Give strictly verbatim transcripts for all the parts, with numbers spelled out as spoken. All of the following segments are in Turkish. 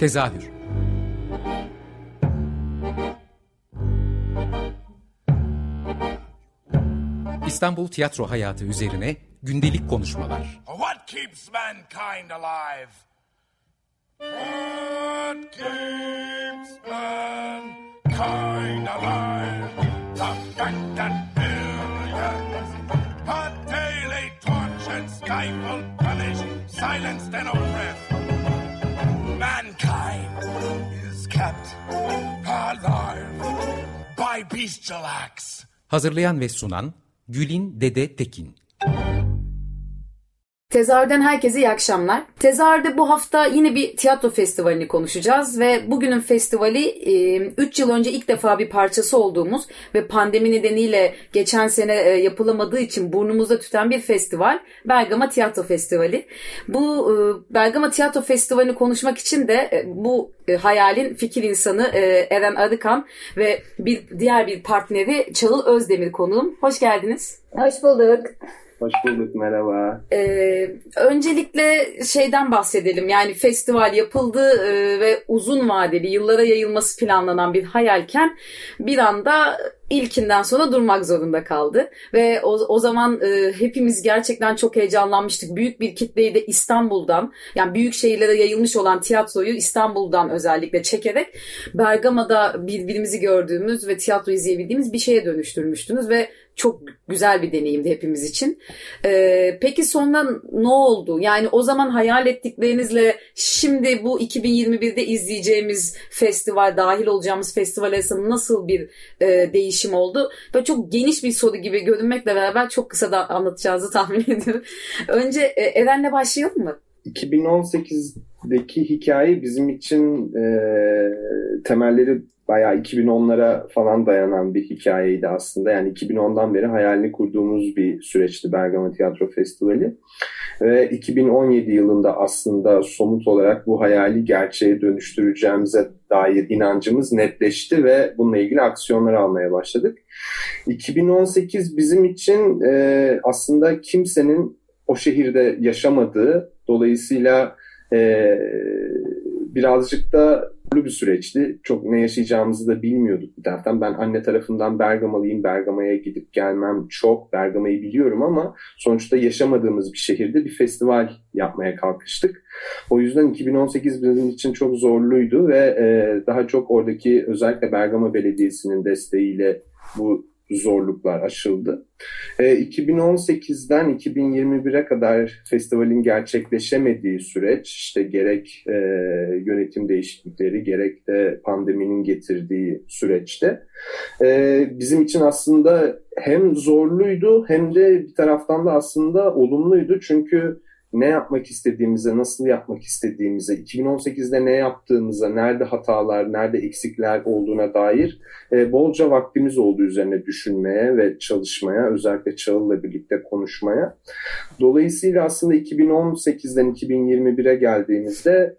Tezahür. İstanbul tiyatro hayatı üzerine gündelik konuşmalar. What keeps mankind alive? What keeps mankind alive? The fact that billions are daily tortured, stifled, punished, silenced and oppressed. Mankind is kept alive by bestial acts. Hazırlayan ve sunan Gülin Dede Tekin. Tezahürden herkese iyi akşamlar. Tezahürde bu hafta yine bir tiyatro festivalini konuşacağız ve bugünün festivali üç yıl önce ilk defa bir parçası olduğumuz ve pandemi nedeniyle geçen sene yapılamadığı için burnumuzda tüten bir festival, Bergama Tiyatro Festivali. Bu Bergama Tiyatro Festivali'ni konuşmak için de bu hayalin fikir insanı Eren Arıkan ve bir diğer bir partneri Çağıl Özdemir konuğum. Hoş geldiniz. Hoş bulduk. Hoş bulduk, merhaba. Ee, öncelikle şeyden bahsedelim. Yani festival yapıldı e, ve uzun vadeli, yıllara yayılması planlanan bir hayalken bir anda ilkinden sonra durmak zorunda kaldı. Ve o, o zaman e, hepimiz gerçekten çok heyecanlanmıştık. Büyük bir kitleyi de İstanbul'dan, yani büyük şehirlere yayılmış olan tiyatroyu İstanbul'dan özellikle çekerek Bergama'da birbirimizi gördüğümüz ve tiyatro izleyebildiğimiz bir şeye dönüştürmüştünüz ve çok güzel bir deneyimdi hepimiz için. Ee, peki sonra ne oldu? Yani o zaman hayal ettiklerinizle şimdi bu iki bin yirmi birde izleyeceğimiz festival, dahil olacağımız festival arasında nasıl bir e, değişim oldu? Böyle çok geniş bir soru gibi görünmekle beraber çok kısa da anlatacağınızı tahmin ediyorum. Önce e, Eren'le başlayalım mı? iki bin on sekizdeki hikaye bizim için e, temelleri bayağı iki bin onlara falan dayanan bir hikayeydi aslında. Yani iki bin ondan beri hayalini kurduğumuz bir süreçti Bergama Tiyatro Festivali. Ve iki bin on yedi yılında aslında somut olarak bu hayali gerçeğe dönüştüreceğimize dair inancımız netleşti ve bununla ilgili aksiyonlar almaya başladık. iki bin on sekiz bizim için e, aslında kimsenin o şehirde yaşamadığı, dolayısıyla e, birazcık da bir süreçti. Çok ne yaşayacağımızı da bilmiyorduk bir taraftan. Ben anne tarafından Bergamalıyım. Bergama'ya gidip gelmem çok. Bergama'yı biliyorum ama sonuçta yaşamadığımız bir şehirde bir festival yapmaya kalkıştık. O yüzden iki bin on sekiz bizim için çok zorluydu ve e, daha çok oradaki özellikle Bergama Belediyesi'nin desteğiyle bu zorluklar aşıldı. E, iki bin on sekizden iki bin yirmi bire kadar festivalin gerçekleşemediği süreç, işte gerek e, yönetim değişiklikleri, gerek de pandeminin getirdiği süreçte e, bizim için aslında hem zorluydu hem de bir taraftan da aslında olumluydu. Çünkü ne yapmak istediğimize, nasıl yapmak istediğimize, iki bin on sekizde ne yaptığımıza, nerede hatalar, nerede eksikler olduğuna dair e, bolca vaktimiz oldu üzerine düşünmeye ve çalışmaya, özellikle Çağıl'la birlikte konuşmaya. Dolayısıyla aslında iki bin on sekizden iki bin yirmi bire geldiğimizde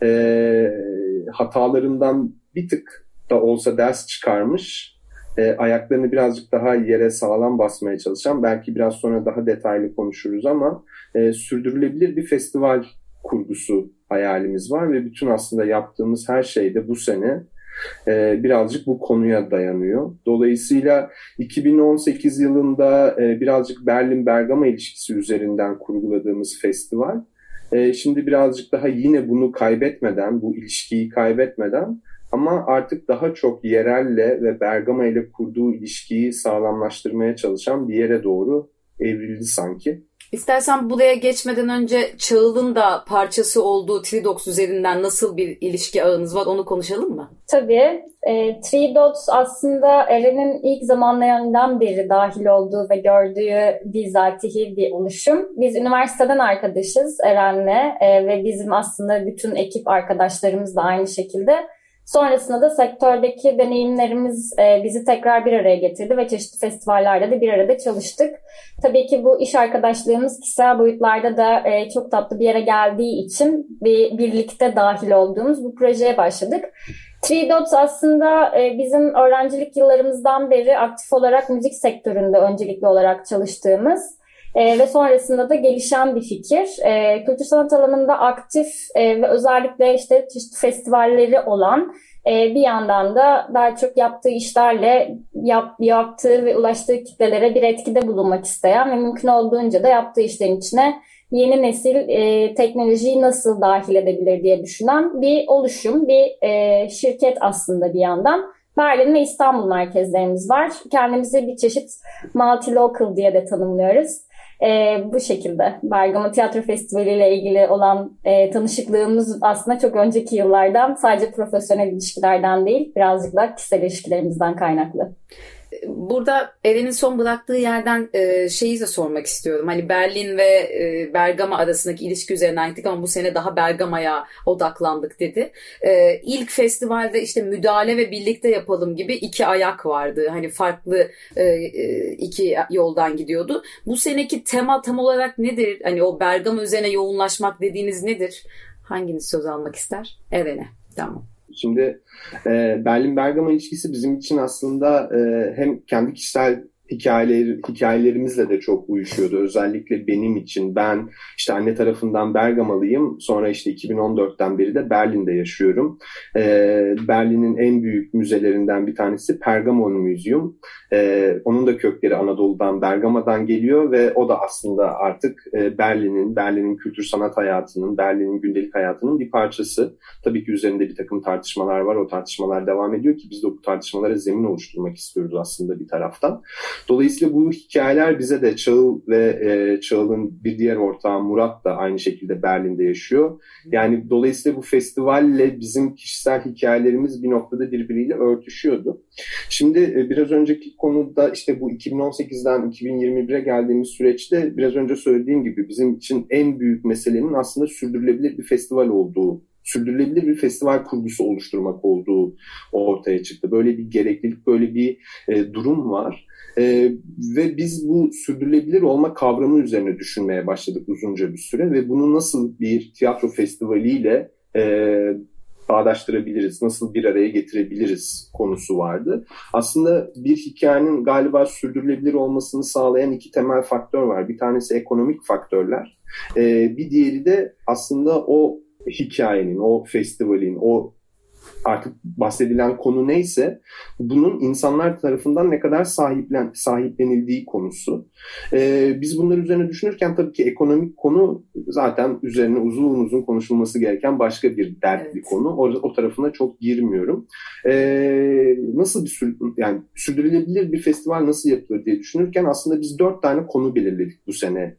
e, hatalarından bir tık da olsa ders çıkarmış, E, ayaklarını birazcık daha yere sağlam basmaya çalışan, belki biraz sonra daha detaylı konuşuruz ama e, sürdürülebilir bir festival kurgusu hayalimiz var ve bütün aslında yaptığımız her şey de bu sene e, birazcık bu konuya dayanıyor. Dolayısıyla iki bin on sekiz yılında e, birazcık Berlin-Bergama ilişkisi üzerinden kurguladığımız festival, e, şimdi birazcık daha yine bunu kaybetmeden, bu ilişkiyi kaybetmeden ama artık daha çok yerelle ve Bergama ile kurduğu ilişkiyi sağlamlaştırmaya çalışan bir yere doğru evrildi sanki. İstersen buraya geçmeden önce Çağıl'ın da parçası olduğu Three Dogs üzerinden nasıl bir ilişki ağınız var, onu konuşalım mı? Tabii. E, Three Dogs aslında Eren'in ilk zamanlarından beri dahil olduğu ve gördüğü bizatihi bir oluşum. Biz üniversiteden arkadaşız Eren'le e, ve bizim aslında bütün ekip arkadaşlarımız da aynı şekilde. Sonrasında da sektördeki deneyimlerimiz e, bizi tekrar bir araya getirdi ve çeşitli festivallerde de bir arada çalıştık. Tabii ki bu iş arkadaşlığımız kişisel boyutlarda da e, çok tatlı bir yere geldiği için bir, birlikte dahil olduğumuz bu projeye başladık. Three Dots aslında e, bizim öğrencilik yıllarımızdan beri aktif olarak müzik sektöründe öncelikli olarak çalıştığımız E, ve sonrasında da gelişen bir fikir. E, kültür sanat alanında aktif e, ve özellikle işte çeşitli festivalleri olan, e, bir yandan da daha çok yaptığı işlerle yap, yaptığı ve ulaştığı kitlelere bir etkide bulunmak isteyen ve mümkün olduğunca da yaptığı işlerin içine yeni nesil e, teknolojiyi nasıl dahil edebilir diye düşünen bir oluşum, bir e, şirket aslında bir yandan. Berlin ve İstanbul merkezlerimiz var. Kendimizi bir çeşit multi-local diye de tanımlıyoruz. E, bu şekilde Bergama Tiyatro Festivali ile ilgili olan e, tanışıklığımız aslında çok önceki yıllardan, sadece profesyonel ilişkilerden değil, birazcık da kişisel ilişkilerimizden kaynaklı. Burada Eren'in son bıraktığı yerden e, şeyi de sormak istiyorum. Hani Berlin ve e, Bergama arasındaki ilişki üzerinden gittik ama bu sene daha Bergama'ya odaklandık dedi. E, ilk festivalde işte müdahale ve birlikte yapalım gibi iki ayak vardı. Hani farklı e, iki yoldan gidiyordu. Bu seneki tema tam olarak nedir? Hani o Bergama üzerine yoğunlaşmak dediğiniz nedir? Hanginiz söz almak ister? Eren'e. Tamam. Şimdi e, Berlin-Bergama ilişkisi bizim için aslında e, hem kendi kişisel hikayeler, hikayelerimizle de çok uyuşuyordu. Özellikle benim için. Ben işte anne tarafından Bergamalıyım. Sonra işte iki bin on dörtten beri de Berlin'de yaşıyorum. Ee, Berlin'in en büyük müzelerinden bir tanesi Pergamon Museum. Ee, onun da kökleri Anadolu'dan, Bergama'dan geliyor ve o da aslında artık e, Berlin'in, Berlin'in kültür sanat hayatının, Berlin'in gündelik hayatının bir parçası. Tabii ki üzerinde bir takım tartışmalar var. O tartışmalar devam ediyor ki biz de bu tartışmalara zemin oluşturmak istiyoruz aslında bir taraftan. Dolayısıyla bu hikayeler bize de Çağıl ve e, Çağıl'ın bir diğer ortağı Murat da aynı şekilde Berlin'de yaşıyor. Yani dolayısıyla bu festivalle bizim kişisel hikayelerimiz bir noktada birbiriyle örtüşüyordu. Şimdi e, biraz önceki konuda işte bu iki bin on sekizden iki bin yirmi bire geldiğimiz süreçte biraz önce söylediğim gibi bizim için en büyük meselenin aslında sürdürülebilir bir festival olduğu, sürdürülebilir bir festival kurgusu oluşturmak olduğu ortaya çıktı. Böyle bir gereklilik, böyle bir e, durum var. Ee, ve biz bu sürdürülebilir olma kavramı üzerine düşünmeye başladık uzunca bir süre ve bunu nasıl bir tiyatro festivaliyle e, bağdaştırabiliriz, nasıl bir araya getirebiliriz konusu vardı. Aslında bir hikayenin galiba sürdürülebilir olmasını sağlayan iki temel faktör var. Bir tanesi ekonomik faktörler, ee, bir diğeri de aslında o hikayenin, o festivalin, o artık bahsedilen konu neyse bunun insanlar tarafından ne kadar sahiplen, sahiplenildiği konusu. Ee, biz bunlar üzerine düşünürken tabii ki ekonomik konu zaten üzerine uzun uzun konuşulması gereken başka bir dert evet. bir konu. O, o tarafına çok girmiyorum. Ee, nasıl bir yani sürdürülebilir bir festival nasıl yapılır diye düşünürken aslında biz dört tane konu belirledik bu sene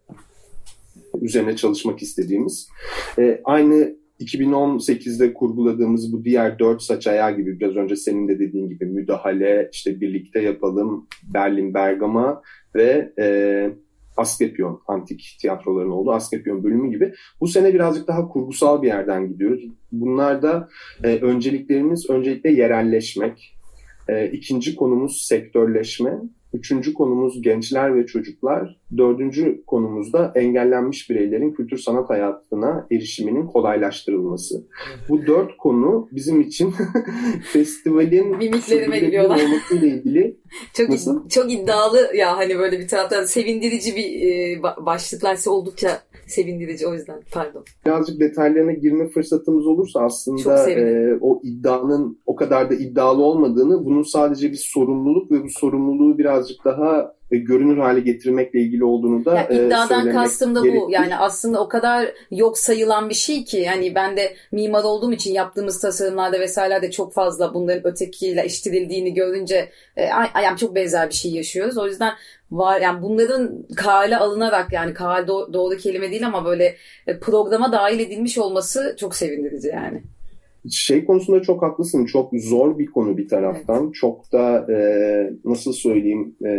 üzerine çalışmak istediğimiz. Ee, aynı iki bin on sekizde kurguladığımız bu diğer dört saç ayağı gibi biraz önce senin de dediğin gibi müdahale, işte birlikte yapalım, Berlin, Bergama ve e, Asklepion, antik tiyatroların olduğu Asklepion bölümü gibi. Bu sene birazcık daha kurgusal bir yerden gidiyoruz. Bunlar da e, önceliklerimiz öncelikle yerelleşmek, e, ikinci konumuz sektörleşme, üçüncü konumuz gençler ve çocuklar, dördüncü konumuz da engellenmiş bireylerin kültür sanat hayatına erişiminin kolaylaştırılması. Bu dört konu bizim için festivalin mimiklerime olmasıyla ilgili çok nasıl? Çok iddialı ya, hani böyle bir taraftan sevindirici bir e, başlıklarsa oldukça sevindirici, o yüzden pardon. Birazcık detaylarına girme fırsatımız olursa aslında e, o iddianın o kadar da iddialı olmadığını, bunun sadece bir sorumluluk ve bu sorumluluğu birazcık daha e, görünür hale getirmekle ilgili olduğunu da yani iddiadan e, söylemek kastım da gerekir. bu. Yani aslında o kadar yok sayılan bir şey ki, hani ben de mimar olduğum için yaptığımız tasarımlarda vesairelerde çok fazla bunların ötekiyle eşitirildiğini görünce e, yani çok benzer bir şey yaşıyoruz. O yüzden var yani bunların kale alınarak, yani kale do- doğru kelime değil ama böyle programa dahil edilmiş olması çok sevindirici yani. Şey konusunda çok haklısın. Çok zor bir konu bir taraftan. Evet. Çok da e, nasıl söyleyeyim e,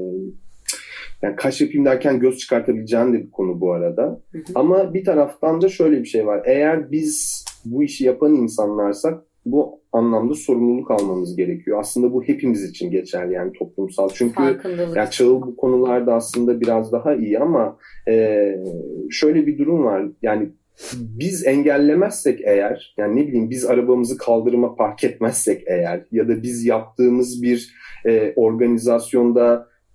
yani kaş yapayım derken göz çıkartabileceğin de bir konu bu arada. Hı hı. Ama bir taraftan da şöyle bir şey var. Eğer biz bu işi yapan insanlarsak bu anlamda sorumluluk almamız gerekiyor. Aslında bu hepimiz için geçerli, yani toplumsal. Çünkü ya Çağıl bu konularda aslında biraz daha iyi ama e, şöyle bir durum var. Yani biz engellemezsek eğer, yani ne bileyim biz arabamızı kaldırıma park etmezsek eğer ya da biz yaptığımız bir e, organizasyonda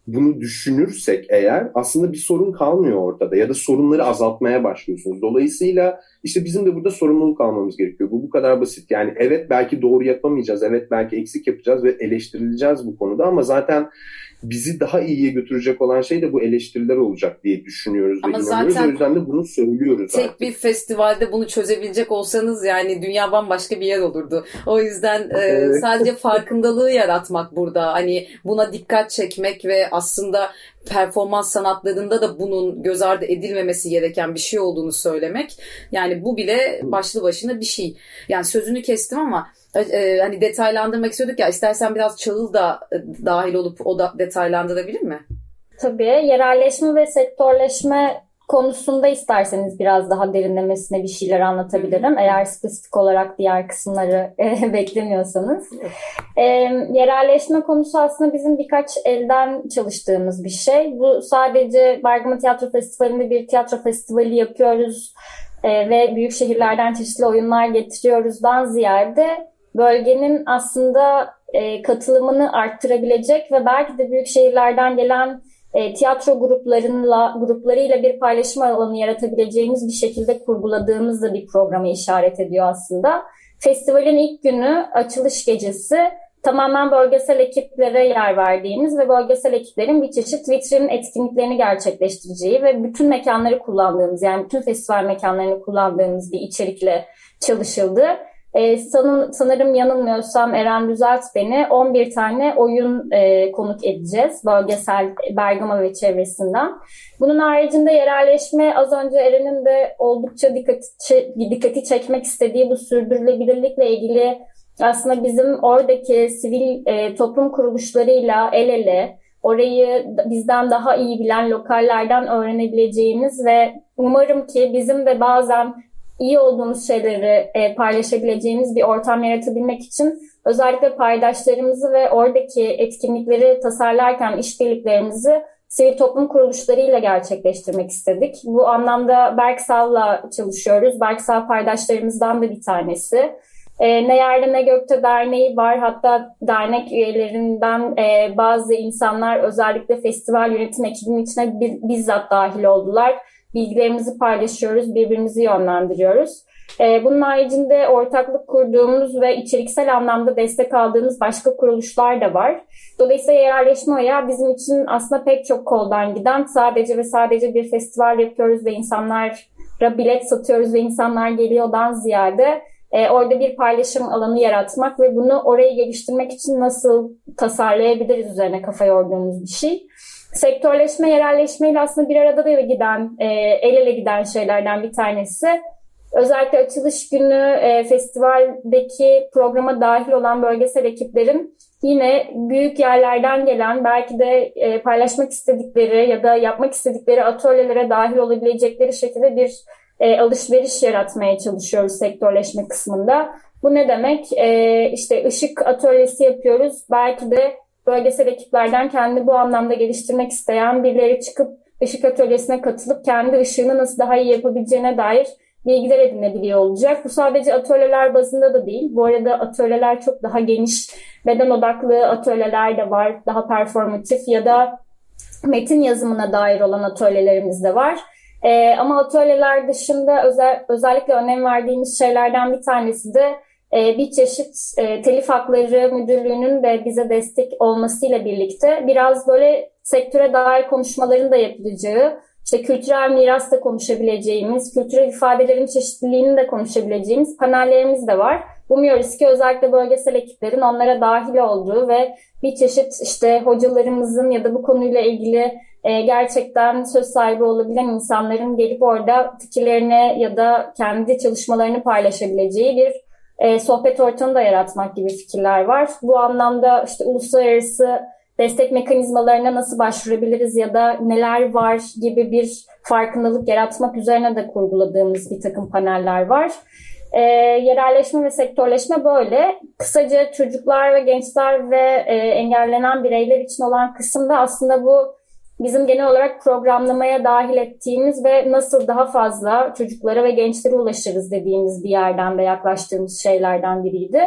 bunu düşünürsek eğer aslında bir sorun kalmıyor ortada ya da sorunları azaltmaya başlıyorsunuz. Dolayısıyla işte bizim de burada sorumluluk almamız gerekiyor. Bu bu kadar basit. Yani evet belki doğru yapamayacağız, evet belki eksik yapacağız ve eleştirileceğiz bu konuda ama zaten bizi daha iyiye götürecek olan şey de bu eleştiriler olacak diye düşünüyoruz ama ve inanıyoruz. O yüzden de bunu söylüyoruz tek artık. Bir festivalde bunu çözebilecek olsanız yani dünya bambaşka bir yer olurdu. O yüzden evet. e, sadece farkındalığı yaratmak burada. Hani buna dikkat çekmek ve aslında performans sanatlarında da bunun göz ardı edilmemesi gereken bir şey olduğunu söylemek. Yani bu bile başlı başına bir şey. Yani sözünü kestim ama e, hani detaylandırmak istiyorduk ya, istersen biraz Çağıl da e, dahil olup o da detaylandırabilir mi? Tabii. Yerelleşme ve sektörleşme konusunda isterseniz biraz daha derinlemesine bir şeyler anlatabilirim. Eğer spesifik olarak diğer kısımları e, beklemiyorsanız. E, yerelleşme konusu aslında bizim birkaç elden çalıştığımız bir şey. Bu sadece Bergama Tiyatro Festivali'nde bir tiyatro festivali yapıyoruz e, ve büyük şehirlerden çeşitli oyunlar getiriyoruzdan ziyade bölgenin aslında e, katılımını arttırabilecek ve belki de büyük şehirlerden gelen E, tiyatro gruplarıyla gruplarıyla bir paylaşım alanı yaratabileceğimiz bir şekilde kurguladığımız da bir programı işaret ediyor aslında. Festivalin ilk günü, açılış gecesi, tamamen bölgesel ekiplere yer verdiğimiz ve bölgesel ekiplerin bir çeşit vitrin etkinliklerini gerçekleştireceği ve bütün mekanları kullandığımız, yani bütün festival mekanlarını kullandığımız bir içerikle çalışıldı. Ee, sanın, sanırım yanılmıyorsam Eren düzelt beni, on bir tane oyun e, konuk edeceğiz bölgesel Bergama ve çevresinden. Bunun haricinde yerelleşme, az önce Eren'in de oldukça dikkati, dikkati çekmek istediği bu sürdürülebilirlikle ilgili aslında bizim oradaki sivil e, toplum kuruluşlarıyla el ele orayı bizden daha iyi bilen lokallerden öğrenebileceğimiz ve umarım ki bizim de bazen iyi olduğumuz şeyleri e, paylaşabileceğimiz bir ortam yaratabilmek için özellikle paydaşlarımızı ve oradaki etkinlikleri tasarlarken işbirliklerimizi sivil toplum kuruluşlarıyla gerçekleştirmek istedik. Bu anlamda Berksal'la çalışıyoruz. Berksal paydaşlarımızdan da bir tanesi. E, Ne Yerde Ne Gökte Derneği var. Hatta dernek üyelerinden e, bazı insanlar özellikle festival yönetim ekibinin içine bir, bizzat dahil oldular. Bilgilerimizi paylaşıyoruz, birbirimizi yönlendiriyoruz. Ee, bunun haricinde ortaklık kurduğumuz ve içeriksel anlamda destek aldığımız başka kuruluşlar da var. Dolayısıyla yerelleşme ayağı bizim için aslında pek çok koldan giden, sadece ve sadece bir festival yapıyoruz ve insanlara bilet satıyoruz ve insanlar geliyordan ziyade e, orada bir paylaşım alanı yaratmak ve bunu orayı geliştirmek için nasıl tasarlayabiliriz üzerine kafa yorduğumuz bir şey. Sektörleşme, yerelleşmeyle aslında bir arada da giden, e, el ele giden şeylerden bir tanesi. Özellikle açılış günü e, festivaldeki programa dahil olan bölgesel ekiplerin yine büyük yerlerden gelen, belki de e, paylaşmak istedikleri ya da yapmak istedikleri atölyelere dahil olabilecekleri şekilde bir e, alışveriş yaratmaya çalışıyoruz sektörleşme kısmında. Bu ne demek? E, işte ışık atölyesi yapıyoruz. Belki de bölgesel ekiplerden kendi bu anlamda geliştirmek isteyen birileri çıkıp ışık atölyesine katılıp kendi ışığını nasıl daha iyi yapabileceğine dair bilgiler edinebiliyor olacak. Bu sadece atölyeler bazında da değil. Bu arada atölyeler çok daha geniş, beden odaklı atölyeler de var. Daha performatif ya da metin yazımına dair olan atölyelerimiz de var. Ee, ama atölyeler dışında özel, özellikle önem verdiğimiz şeylerden bir tanesi de bir çeşit e, telif hakları müdürlüğünün de bize destek olmasıyla birlikte biraz böyle sektöre dair konuşmaların da yapılacağı, işte kültürel mirasta konuşabileceğimiz, kültürel ifadelerin çeşitliliğini de konuşabileceğimiz panellerimiz de var. Umuyoruz ki özellikle bölgesel ekiplerin onlara dahil olduğu ve bir çeşit işte hocalarımızın ya da bu konuyla ilgili e, gerçekten söz sahibi olabilen insanların gelip orada fikirlerini ya da kendi çalışmalarını paylaşabileceği bir E, sohbet ortamı da yaratmak gibi fikirler var. Bu anlamda işte uluslararası destek mekanizmalarına nasıl başvurabiliriz ya da neler var gibi bir farkındalık yaratmak üzerine de kurguladığımız bir takım paneller var. E, yerelleşme ve sektörleşme böyle. Kısaca çocuklar ve gençler ve e, engellenen bireyler için olan kısımda aslında bu bizim genel olarak programlamaya dahil ettiğimiz ve nasıl daha fazla çocuklara ve gençlere ulaşırız dediğimiz bir yerden de yaklaştığımız şeylerden biriydi.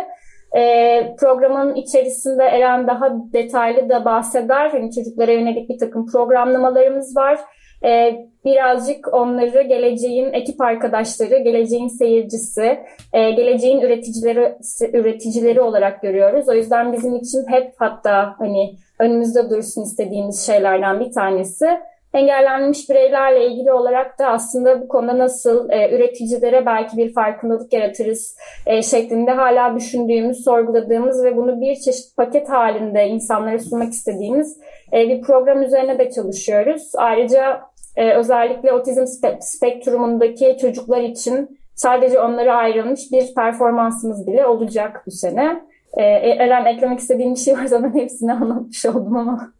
E, programın içerisinde Eren daha detaylı da bahseder. Hani çocuklara yönelik bir takım programlamalarımız var. E, birazcık onları geleceğin ekip arkadaşları, geleceğin seyircisi, e, geleceğin üreticileri üreticileri olarak görüyoruz. O yüzden bizim için hep, hatta hani önümüzde dursun istediğimiz şeylerden bir tanesi, engellenmiş bireylerle ilgili olarak da aslında bu konuda nasıl e, üreticilere belki bir farkındalık yaratırız e, şeklinde hala düşündüğümüz, sorguladığımız ve bunu bir çeşit paket halinde insanlara sunmak istediğimiz e, bir program üzerine de çalışıyoruz. Ayrıca e, özellikle otizm spe- spektrumundaki çocuklar için sadece onlara ayrılmış bir performansımız bile olacak bu sene. E, Eren, eklemek istediğim bir şey varsa ben hepsini anlatmış oldum ama...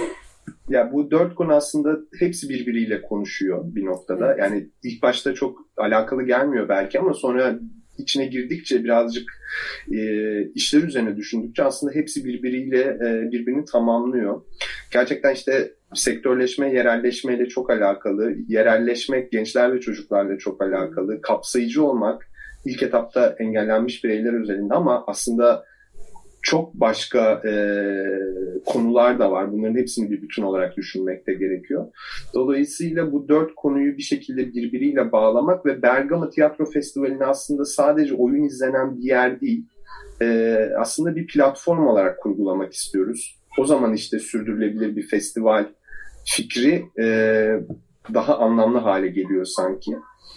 Ya bu dört konu aslında hepsi birbiriyle konuşuyor bir noktada. Evet. Yani ilk başta çok alakalı gelmiyor belki ama sonra içine girdikçe birazcık e, işler üzerine düşündükçe aslında hepsi birbiriyle e, birbirini tamamlıyor. Gerçekten işte sektörleşme, yerelleşmeyle çok alakalı. Yerelleşmek gençler ve çocuklarla çok alakalı. Kapsayıcı olmak ilk etapta engellenmiş bireyler özelinde ama aslında çok başka e, konular da var. Bunların hepsini bir bütün olarak düşünmek de gerekiyor. Dolayısıyla bu dört konuyu bir şekilde birbiriyle bağlamak ve Bergama Tiyatro Festivali'ni aslında sadece oyun izlenen bir yer değil, e, aslında bir platform olarak kurgulamak istiyoruz. O zaman işte sürdürülebilir bir festival fikri e, daha anlamlı hale geliyor sanki.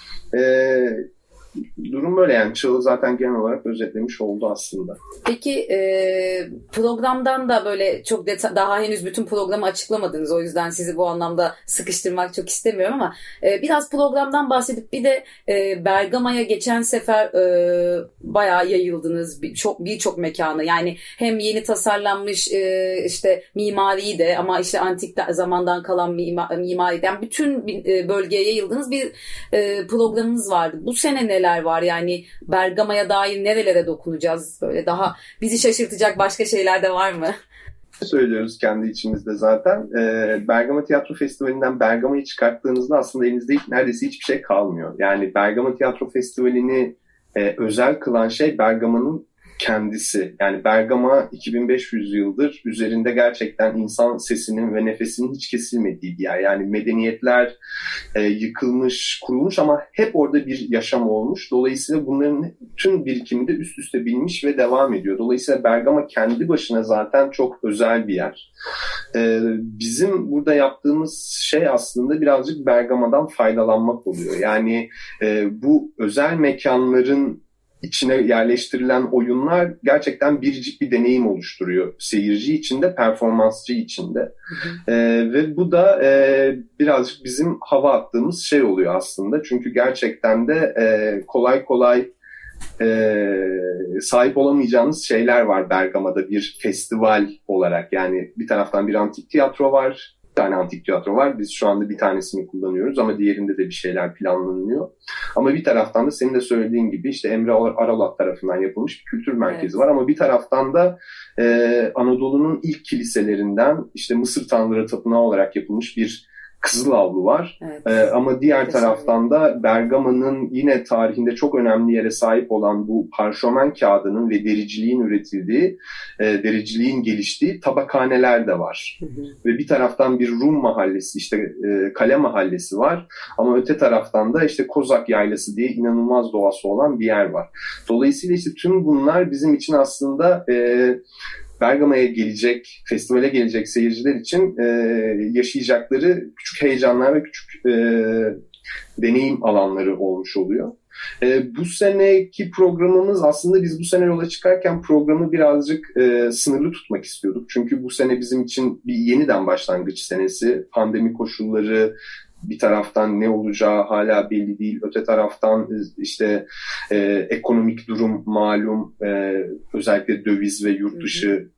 Evet. Durum böyle yani. Çağla zaten genel olarak özetlemiş oldu aslında. Peki e, programdan da böyle çok deta- daha henüz bütün programı açıklamadınız. O yüzden sizi bu anlamda sıkıştırmak çok istemiyorum ama e, biraz programdan bahsedip bir de e, Bergama'ya geçen sefer e, bayağı yayıldınız. Birçok birçok mekanı, yani hem yeni tasarlanmış e, işte mimariyi de ama işte antik zamandan kalan mimar, mimari, yani bütün e, bölgeye yayıldığınız bir e, programınız vardı. Bu sene neler var? Yani Bergama'ya dair nerelere dokunacağız? Böyle daha bizi şaşırtacak başka şeyler de var mı? Söylüyoruz kendi içimizde zaten. Ee, Bergama Tiyatro Festivali'nden Bergama'yı çıkarttığınızda aslında elinizde hiç, neredeyse hiçbir şey kalmıyor. Yani Bergama Tiyatro Festivali'ni e, özel kılan şey Bergama'nın kendisi. Yani Bergama iki bin beş yüz yıldır üzerinde gerçekten insan sesinin ve nefesinin hiç kesilmediği bir yer. Yani medeniyetler e, yıkılmış, kurulmuş ama hep orada bir yaşam olmuş. Dolayısıyla bunların tüm birikimi de üst üste binmiş ve devam ediyor. Dolayısıyla Bergama kendi başına zaten çok özel bir yer. E, bizim burada yaptığımız şey aslında birazcık Bergama'dan faydalanmak oluyor. Yani e, bu özel mekanların içine yerleştirilen oyunlar gerçekten biricik bir deneyim oluşturuyor. Seyirci için de, performansçı için de. Hı hı. Ee, ve bu da e, birazcık bizim hava attığımız şey oluyor aslında. Çünkü gerçekten de e, kolay kolay e, sahip olamayacağınız şeyler var Bergama'da bir festival olarak. Yani bir taraftan bir antik tiyatro var. Bir tane antik tiyatro var. Biz şu anda bir tanesini kullanıyoruz ama diğerinde de bir şeyler planlanıyor. Ama bir taraftan da senin de söylediğin gibi işte Emre Aralat tarafından yapılmış bir kültür merkezi evet. var. Ama bir taraftan da e, Anadolu'nun ilk kiliselerinden işte Mısır Tanrıları Tapınağı olarak yapılmış bir Kızılavlu var. Evet. Ee, ama diğer Kesinlikle. taraftan da Bergama'nın yine tarihinde çok önemli yere sahip olan bu parşömen kağıdının ve dericiliğin üretildiği, e, dericiliğin geliştiği tabakhaneler de var. Hı hı. Ve bir taraftan bir Rum mahallesi, işte e, Kale mahallesi var. Ama öte taraftan da işte Kozak Yaylası diye inanılmaz doğası olan bir yer var. Dolayısıyla işte tüm bunlar bizim için aslında e, Bergama'ya gelecek, festivale gelecek seyirciler için e, yaşayacakları küçük heyecanlar ve küçük e, deneyim alanları olmuş oluyor. E, bu seneki programımız aslında biz bu sene yola çıkarken programı birazcık e, sınırlı tutmak istiyorduk. Çünkü bu sene bizim için bir yeniden başlangıç senesi. Pandemi koşulları, bir taraftan ne olacağı hala belli değil. Öte taraftan işte e, ekonomik durum malum, e, özellikle döviz ve yurt dışı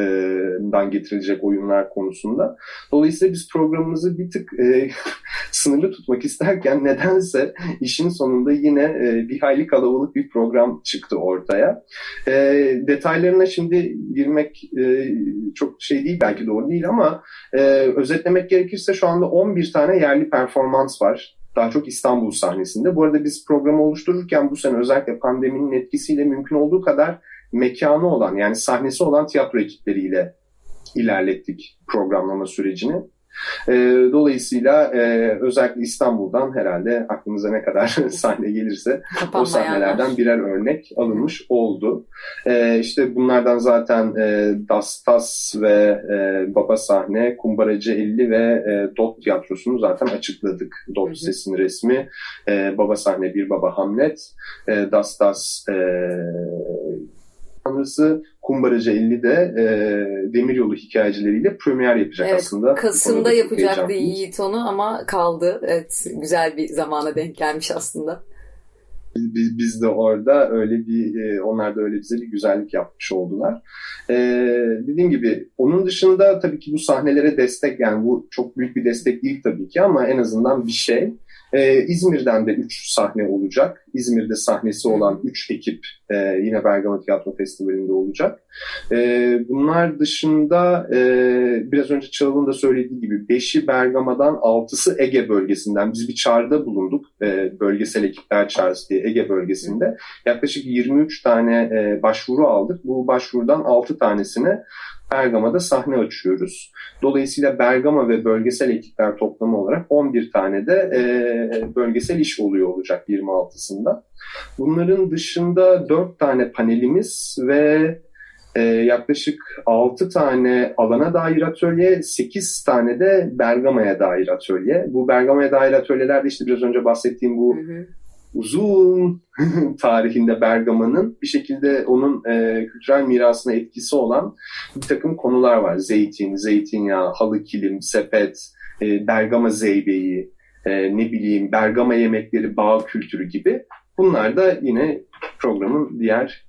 dan getirilecek oyunlar konusunda. Dolayısıyla biz programımızı bir tık e, sınırlı tutmak isterken nedense işin sonunda yine e, bir hayli kalabalık bir program çıktı ortaya. E, detaylarına şimdi girmek e, çok şey değil, belki doğru değil ama e, özetlemek gerekirse şu anda on bir tane yerli performans var. Daha çok İstanbul sahnesinde. Bu arada biz programı oluştururken bu sene özellikle pandeminin etkisiyle mümkün olduğu kadar mekanı olan, yani sahnesi olan tiyatro ekipleriyle ilerlettik programlama sürecini. E, dolayısıyla e, özellikle İstanbul'dan herhalde aklımıza ne kadar sahne gelirse o sahnelerden birer örnek alınmış oldu. E, işte bunlardan zaten e, Dastas ve e, Baba Sahne, Kumbaracı elli ve e, Dot tiyatrosunu zaten açıkladık. Dot hı hı. Sesin resmi, e, Baba Sahne Bir Baba Hamlet, e, Dastas e, Tanrısı, Kumbaracı elli'de e, Demiryolu hikayecileriyle premier yapacak evet, aslında. Kasım'da yapacaktı Yiğit onu ama kaldı. Evet, güzel bir zamana denk gelmiş aslında. Biz, biz de orada öyle bir, e, onlar da öyle bize bir güzellik yapmış oldular. E, dediğim gibi onun dışında tabii ki bu sahnelere destek, yani bu çok büyük bir destek değil tabii ki ama en azından bir şey. Ee, İzmir'den de üç sahne olacak. İzmir'de sahnesi olan üç ekip e, yine Bergama Tiyatro Festivali'nde olacak. E, bunlar dışında e, biraz önce Çağıl'ın da söylediği gibi beşi Bergama'dan, altısı Ege bölgesinden. Biz bir çağrıda bulunduk. E, bölgesel ekipler çağrısı diye Ege bölgesinde. Yaklaşık yirmi üç tane e, başvuru aldık. Bu başvurudan altı tanesine Bergama'da sahne açıyoruz. Dolayısıyla Bergama ve bölgesel ekipler toplamı olarak on bir tane de e, bölgesel iş oluyor olacak yirmi altısında. Bunların dışında dört tane panelimiz ve e, yaklaşık altı tane alana dair atölye, sekiz tane de Bergama'ya dair atölye. Bu Bergama'ya dair atölyelerde işte biraz önce bahsettiğim bu hı hı. uzun tarihinde Bergama'nın bir şekilde onun e, kültürel mirasına etkisi olan bir takım konular var. Zeytin, zeytinyağı, halı kilim, sepet, e, Bergama zeybeği, e, ne bileyim Bergama yemekleri, bağ kültürü gibi. Bunlar da yine programın diğer...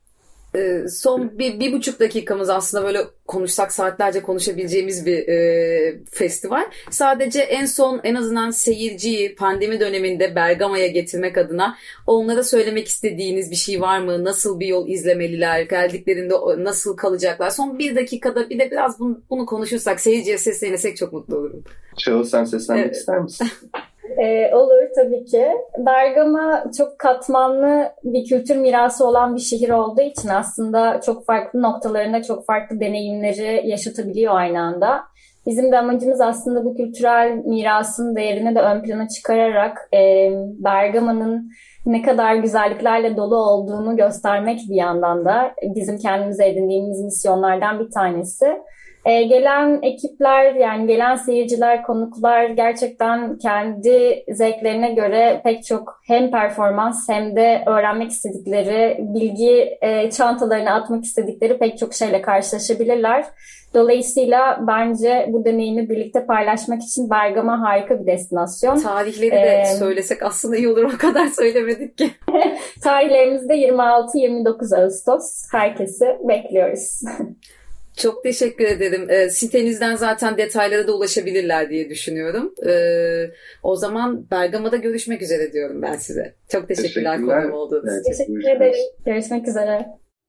Son bir, bir buçuk dakikamız aslında böyle konuşsak saatlerce konuşabileceğimiz bir e, festival. Sadece en son en azından seyirciyi pandemi döneminde Bergama'ya getirmek adına onlara söylemek istediğiniz bir şey var mı? Nasıl bir yol izlemeliler? Geldiklerinde nasıl kalacaklar? Son bir dakikada bir de biraz bunu, bunu konuşursak, seyirciye seslenirsek çok mutlu olurum. Çağıl, sen seslenmek evet. ister misin? Ee, olur tabii ki. Bergama çok katmanlı bir kültür mirası olan bir şehir olduğu için aslında çok farklı noktalarında çok farklı deneyimleri yaşatabiliyor aynı anda. Bizim de amacımız aslında bu kültürel mirasın değerini de ön plana çıkararak e, Bergama'nın ne kadar güzelliklerle dolu olduğunu göstermek bir yandan da bizim kendimize edindiğimiz misyonlardan bir tanesi. Ee, gelen ekipler, yani gelen seyirciler, konuklar gerçekten kendi zevklerine göre pek çok hem performans hem de öğrenmek istedikleri, bilgi e, çantalarına atmak istedikleri pek çok şeyle karşılaşabilirler. Dolayısıyla bence bu deneyimi birlikte paylaşmak için Bergama harika bir destinasyon. Tarihleri de ee, söylesek aslında iyi olur, o kadar söylemedik ki. Tarihlerimizde yirmi altı yirmi dokuz Ağustos. Herkesi bekliyoruz. Çok teşekkür ederim. E, sitenizden zaten detaylara da ulaşabilirler diye düşünüyorum. E, o zaman Bergama'da görüşmek üzere diyorum ben size. Çok teşekkürler, teşekkürler. Konum olduğunuz için. Evet, teşekkür ederim. Görüşmek üzere.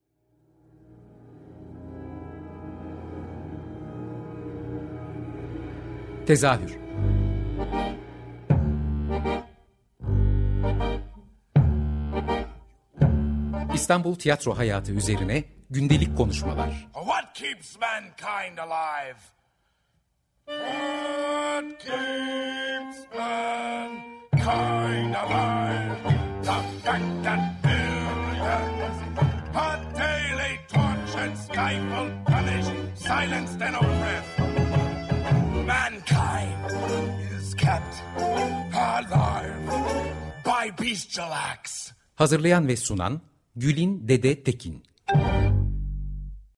Tezahür. İstanbul tiyatro hayatı üzerine gündelik konuşmalar. What keeps mankind alive? What keeps mankind alive? The fact that billions are daily tortured, stifled, punished, silenced and oppressed. Mankind is kept alive by bestial acts. Hazırlayan ve sunan Gülin Dede Tekin.